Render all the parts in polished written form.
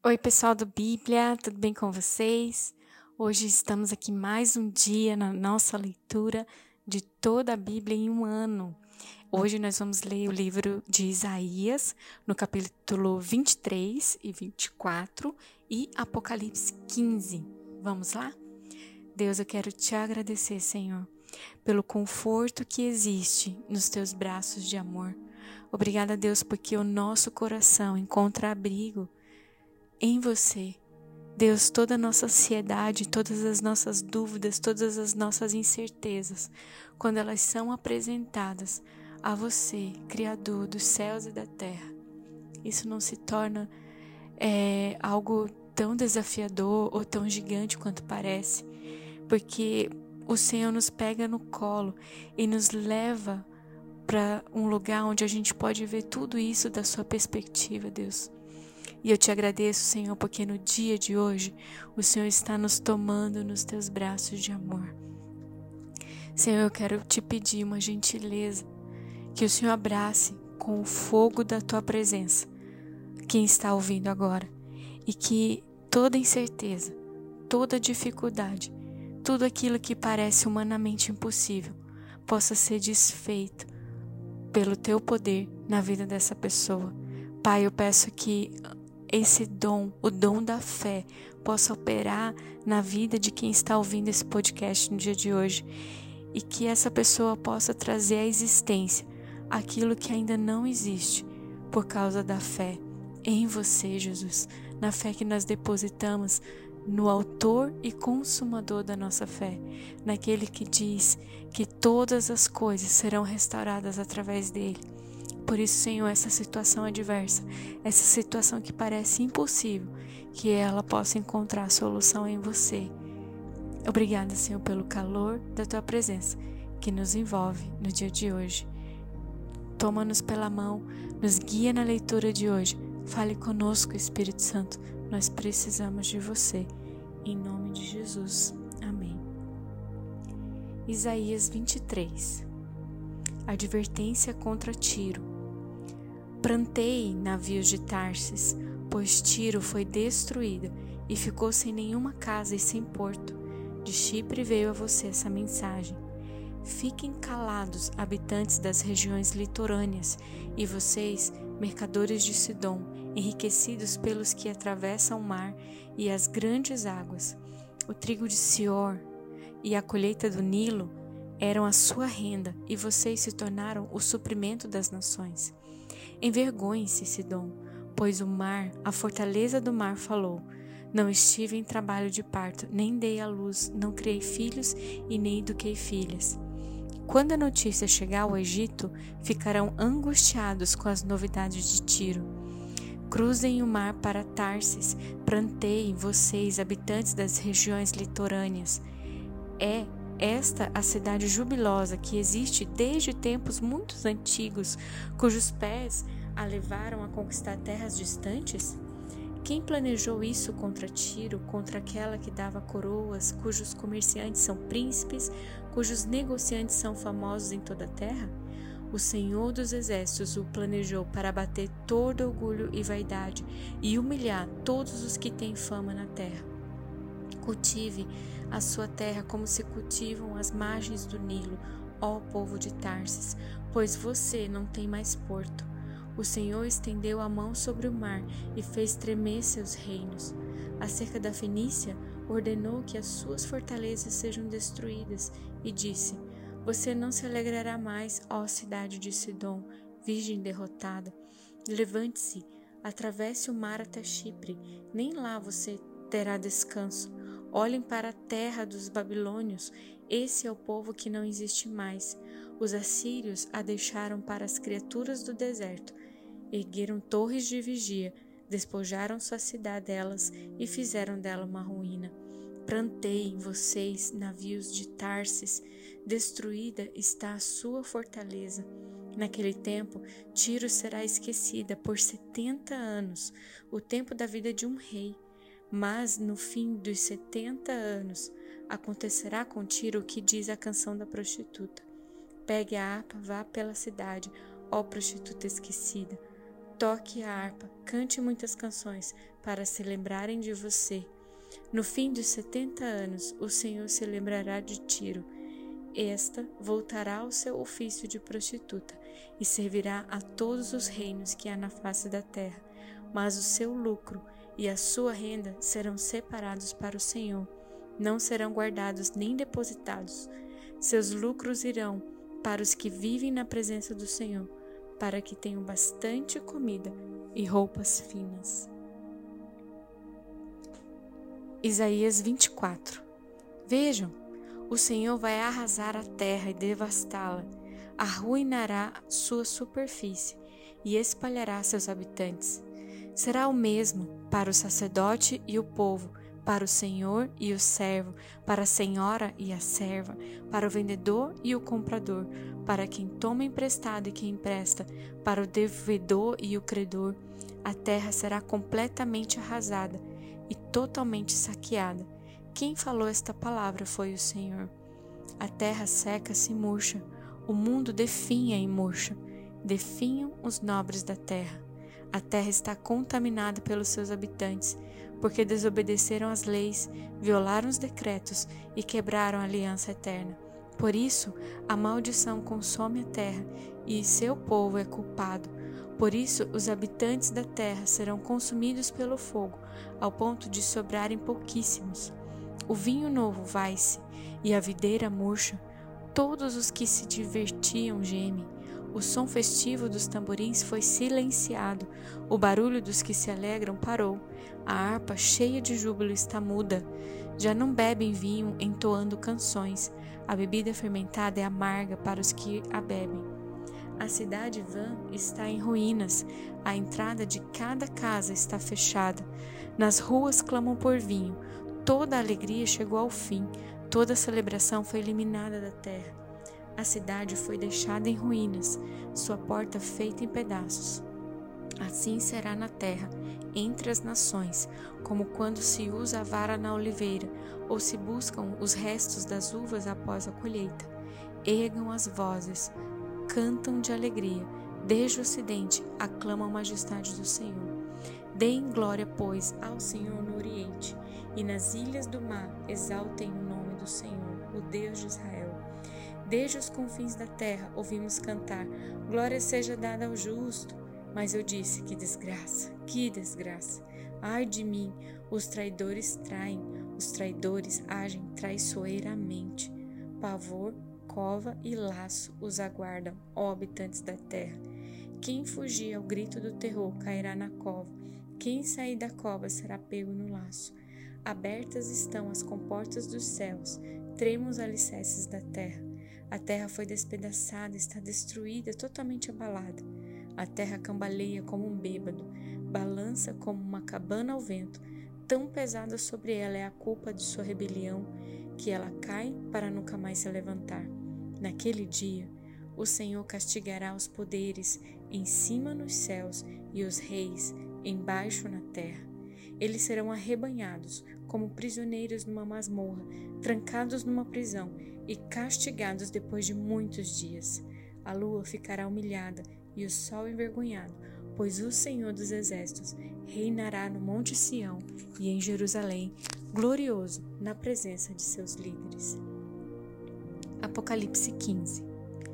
Oi, pessoal do Bíblia, tudo bem com vocês? Hoje estamos aqui mais um dia na nossa leitura de toda a Bíblia em um ano. Hoje nós vamos ler o livro de Isaías, no capítulo 23 e 24 e Apocalipse 15. Vamos lá? Deus, eu quero te agradecer, Senhor, pelo conforto que existe nos teus braços de amor. Obrigada, Deus, porque o nosso coração encontra abrigo em você. Deus, toda a nossa ansiedade, todas as nossas dúvidas, todas as nossas incertezas, quando elas são apresentadas a você, Criador dos céus e da terra, isso não se torna algo tão desafiador ou tão gigante quanto parece, porque o Senhor nos pega no colo e nos leva para um lugar onde a gente pode ver tudo isso da sua perspectiva, Deus. E eu te agradeço, Senhor, porque no dia de hoje o Senhor está nos tomando nos teus braços de amor. Senhor, eu quero te pedir uma gentileza, que o Senhor abrace com o fogo da tua presença quem está ouvindo agora, e que toda incerteza, toda dificuldade, tudo aquilo que parece humanamente impossível possa ser desfeito pelo teu poder na vida dessa pessoa. Pai, eu peço que esse dom, o dom da fé, possa operar na vida de quem está ouvindo esse podcast no dia de hoje, e que essa pessoa possa trazer à existência aquilo que ainda não existe por causa da fé em você, Jesus, na fé que nós depositamos no autor e consumador da nossa fé, naquele que diz que todas as coisas serão restauradas através dele. Por isso, Senhor, essa situação adversa, essa situação que parece impossível, que ela possa encontrar solução em você. Obrigada, Senhor, pelo calor da tua presença que nos envolve no dia de hoje. Toma-nos pela mão, nos guia na leitura de hoje. Fale conosco, Espírito Santo, nós precisamos de você. Em nome de Jesus. Amém. Isaías 23. Advertência contra Tiro. Plantei navios de Tarsis, pois Tiro foi destruída e ficou sem nenhuma casa e sem porto. De Chipre veio a você essa mensagem. Fiquem calados, habitantes das regiões litorâneas, e vocês, mercadores de Sidom, enriquecidos pelos que atravessam o mar e as grandes águas. O trigo de Sior e a colheita do Nilo eram a sua renda, e vocês se tornaram o suprimento das nações. Envergonhe-se, Sidom, pois o mar, a fortaleza do mar, falou: não estive em trabalho de parto, nem dei à luz, não criei filhos e nem eduquei filhas. Quando a notícia chegar ao Egito, ficarão angustiados com as novidades de Tiro. Cruzem o mar para Tarsis, planteiem vocês, habitantes das regiões litorâneas. É esta a cidade jubilosa que existe desde tempos muito antigos, cujos pés a levaram a conquistar terras distantes? Quem planejou isso contra Tiro, contra aquela que dava coroas, cujos comerciantes são príncipes, cujos negociantes são famosos em toda a terra? O Senhor dos Exércitos o planejou para abater todo orgulho e vaidade e humilhar todos os que têm fama na terra. Cultive a sua terra como se cultivam as margens do Nilo, ó povo de Tarsis, pois você não tem mais porto. O Senhor estendeu a mão sobre o mar e fez tremer seus reinos. Acerca da Fenícia, ordenou que as suas fortalezas sejam destruídas e disse: você não se alegrará mais, ó cidade de Sidom, virgem derrotada. Levante-se, atravesse o mar até Chipre, nem lá você terá descanso. Olhem para a terra dos babilônios, esse é o povo que não existe mais. Os assírios a deixaram para as criaturas do deserto. Ergueram torres de vigia, despojaram sua cidadelas e fizeram dela uma ruína. Planteiem vocês, navios de Tarsis, destruída está a sua fortaleza. Naquele tempo, Tiro será esquecida por 70 anos, o tempo da vida de um rei. Mas no fim dos 70 anos, acontecerá com Tiro o que diz a canção da prostituta. Pegue a harpa, vá pela cidade, ó prostituta esquecida. Toque a harpa, cante muitas canções para se lembrarem de você. No fim dos 70 anos, o Senhor se lembrará de Tiro. Esta voltará ao seu ofício de prostituta e servirá a todos os reinos que há na face da terra. Mas o seu lucro e a sua renda serão separados para o Senhor. Não serão guardados nem depositados. Seus lucros irão para os que vivem na presença do Senhor, para que tenham bastante comida e roupas finas. Isaías 24. Vejam, o Senhor vai arrasar a terra e devastá-la, arruinará sua superfície e espalhará seus habitantes. Será o mesmo para o sacerdote e o povo, para o senhor e o servo, para a senhora e a serva, para o vendedor e o comprador, para quem toma emprestado e quem empresta, para o devedor e o credor. A terra será completamente arrasada e totalmente saqueada. Quem falou esta palavra foi o Senhor. A terra seca-se e murcha, o mundo definha e murcha, definham os nobres da terra. A terra está contaminada pelos seus habitantes, porque desobedeceram às leis, violaram os decretos e quebraram a aliança eterna. Por isso, a maldição consome a terra e seu povo é culpado. Por isso, os habitantes da terra serão consumidos pelo fogo, ao ponto de sobrarem pouquíssimos. O vinho novo vai-se e a videira murcha. Todos os que se divertiam gemem. O som festivo dos tamborins foi silenciado. O barulho dos que se alegram parou. A harpa cheia de júbilo está muda. Já não bebem vinho entoando canções. A bebida fermentada é amarga para os que a bebem. A cidade vã está em ruínas. A entrada de cada casa está fechada. Nas ruas clamam por vinho. Toda a alegria chegou ao fim. Toda a celebração foi eliminada da terra. A cidade foi deixada em ruínas, sua porta feita em pedaços. Assim será na terra, entre as nações, como quando se usa a vara na oliveira, ou se buscam os restos das uvas após a colheita. Ergam as vozes, cantam de alegria, desde o ocidente aclamam a majestade do Senhor. Deem glória, pois, ao Senhor no Oriente, e nas ilhas do mar exaltem o nome do Senhor, o Deus de Israel. Desde os confins da terra ouvimos cantar, glória seja dada ao justo. Mas eu disse, que desgraça, que desgraça. Ai de mim, os traidores traem, os traidores agem traiçoeiramente. Pavor, cova e laço os aguardam, ó habitantes da terra. Quem fugir ao grito do terror cairá na cova, quem sair da cova será pego no laço. Abertas estão as comportas dos céus, tremam os alicerces da terra. A terra foi despedaçada, está destruída, totalmente abalada. A terra cambaleia como um bêbado, balança como uma cabana ao vento. Tão pesada sobre ela é a culpa de sua rebelião, que ela cai para nunca mais se levantar. Naquele dia, o Senhor castigará os poderes em cima nos céus e os reis embaixo na terra. Eles serão arrebanhados como prisioneiros numa masmorra, trancados numa prisão e castigados depois de muitos dias. A lua ficará humilhada e o sol envergonhado, pois o Senhor dos Exércitos reinará no Monte Sião e em Jerusalém, glorioso na presença de seus líderes. Apocalipse 15.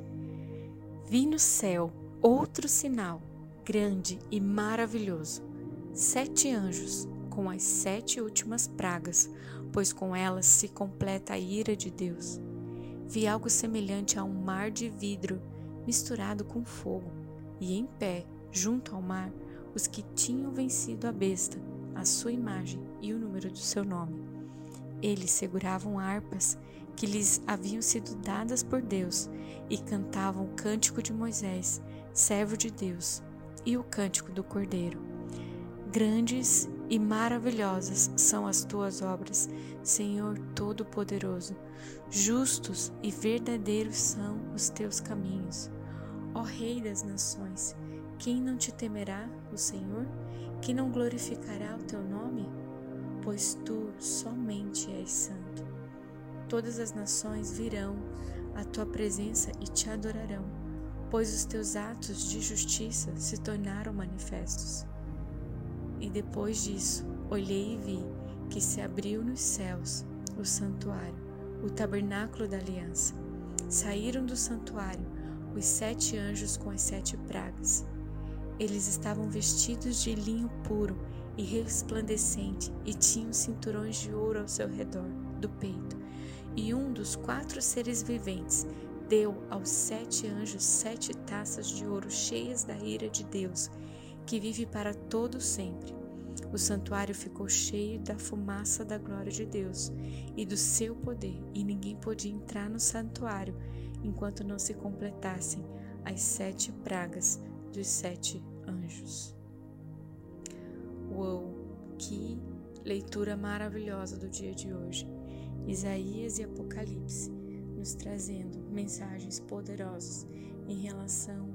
Vi no céu outro sinal, grande e maravilhoso, 7 anjos, com as 7 últimas pragas, pois com elas se completa a ira de Deus. Vi algo semelhante a um mar de vidro misturado com fogo, e em pé, junto ao mar, os que tinham vencido a besta, a sua imagem e o número do seu nome. Eles seguravam harpas que lhes haviam sido dadas por Deus e cantavam o cântico de Moisés, servo de Deus, e o cântico do Cordeiro. Grandes e maravilhosas são as tuas obras, Senhor Todo-Poderoso. Justos e verdadeiros são os teus caminhos. Ó Rei das nações, quem não te temerá, o Senhor? Quem não glorificará o teu nome? Pois tu somente és santo. Todas as nações virão à tua presença e te adorarão, pois os teus atos de justiça se tornaram manifestos. E depois disso, olhei e vi que se abriu nos céus o santuário, o tabernáculo da aliança. Saíram do santuário os 7 anjos com as 7 pragas. Eles estavam vestidos de linho puro e resplandecente e tinham cinturões de ouro ao seu redor do peito. E um dos 4 seres viventes deu aos 7 anjos 7 taças de ouro cheias da ira de Deus, que vive para todo sempre. O santuário ficou cheio da fumaça da glória de Deus e do seu poder, e ninguém podia entrar no santuário enquanto não se completassem as 7 pragas dos 7 anjos. Uou, que leitura maravilhosa do dia de hoje! Isaías e Apocalipse nos trazendo mensagens poderosas em relação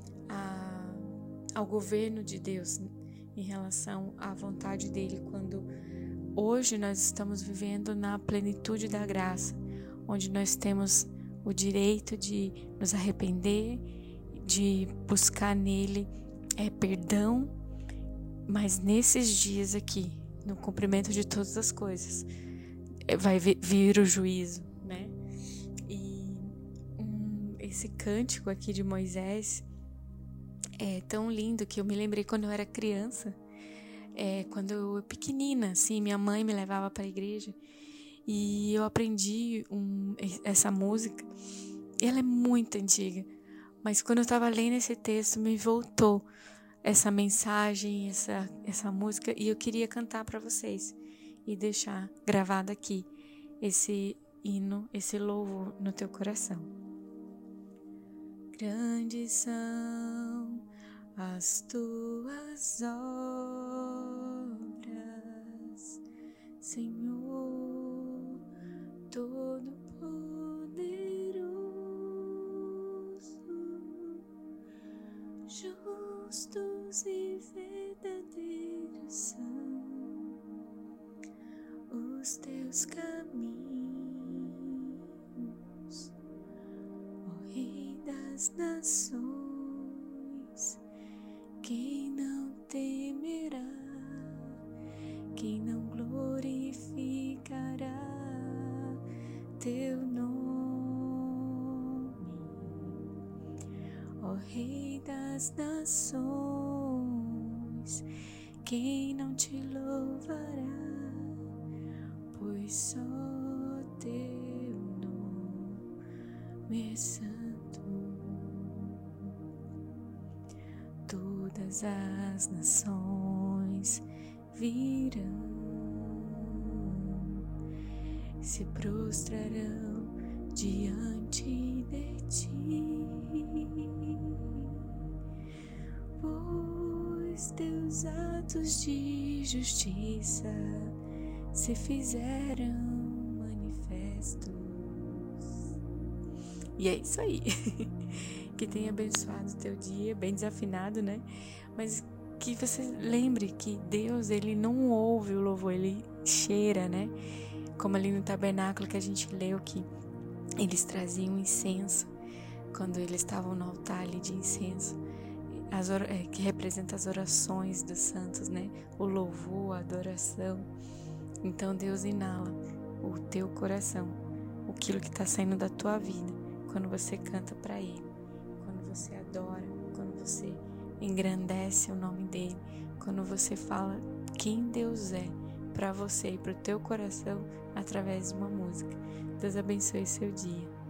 ao governo de Deus, em relação à vontade dele, quando hoje nós estamos vivendo na plenitude da graça, onde nós temos o direito de nos arrepender, de buscar nele perdão, mas nesses dias aqui, no cumprimento de todas as coisas, vai vir o juízo, né? E esse cântico aqui de Moisés é tão lindo que eu me lembrei quando eu era criança, quando eu era pequenina, assim, minha mãe me levava para a igreja e eu aprendi essa música. Ela é muito antiga, mas quando eu estava lendo esse texto me voltou essa mensagem, essa música, e eu queria cantar para vocês e deixar gravado aqui esse hino, esse louvor no teu coração. Grandes são as tuas obras, Senhor Todo-Poderoso. Justos e verdadeiros são os teus caminhos, ó Rei das nações. Quem não temerá, quem não glorificará teu nome, ó Rei das nações. Quem não te louvará, pois só teu nome é santo. Todas as nações virão, se prostrarão diante de ti, pois teus atos de justiça se fizeram manifestos. E é isso aí. Que tenha abençoado o teu dia, bem desafinado, né? Mas que você lembre que Deus, ele não ouve o louvor, ele cheira, né? Como ali no tabernáculo que a gente leu, que eles traziam incenso quando eles estavam no altar ali de incenso, que representa as orações dos santos, né? O louvor, a adoração. Então Deus inala o teu coração, aquilo que está saindo da tua vida, quando você canta para Ele, quando você adora, quando você engrandece o nome dEle, quando você fala quem Deus é para você e para o teu coração através de uma música. Deus abençoe seu dia.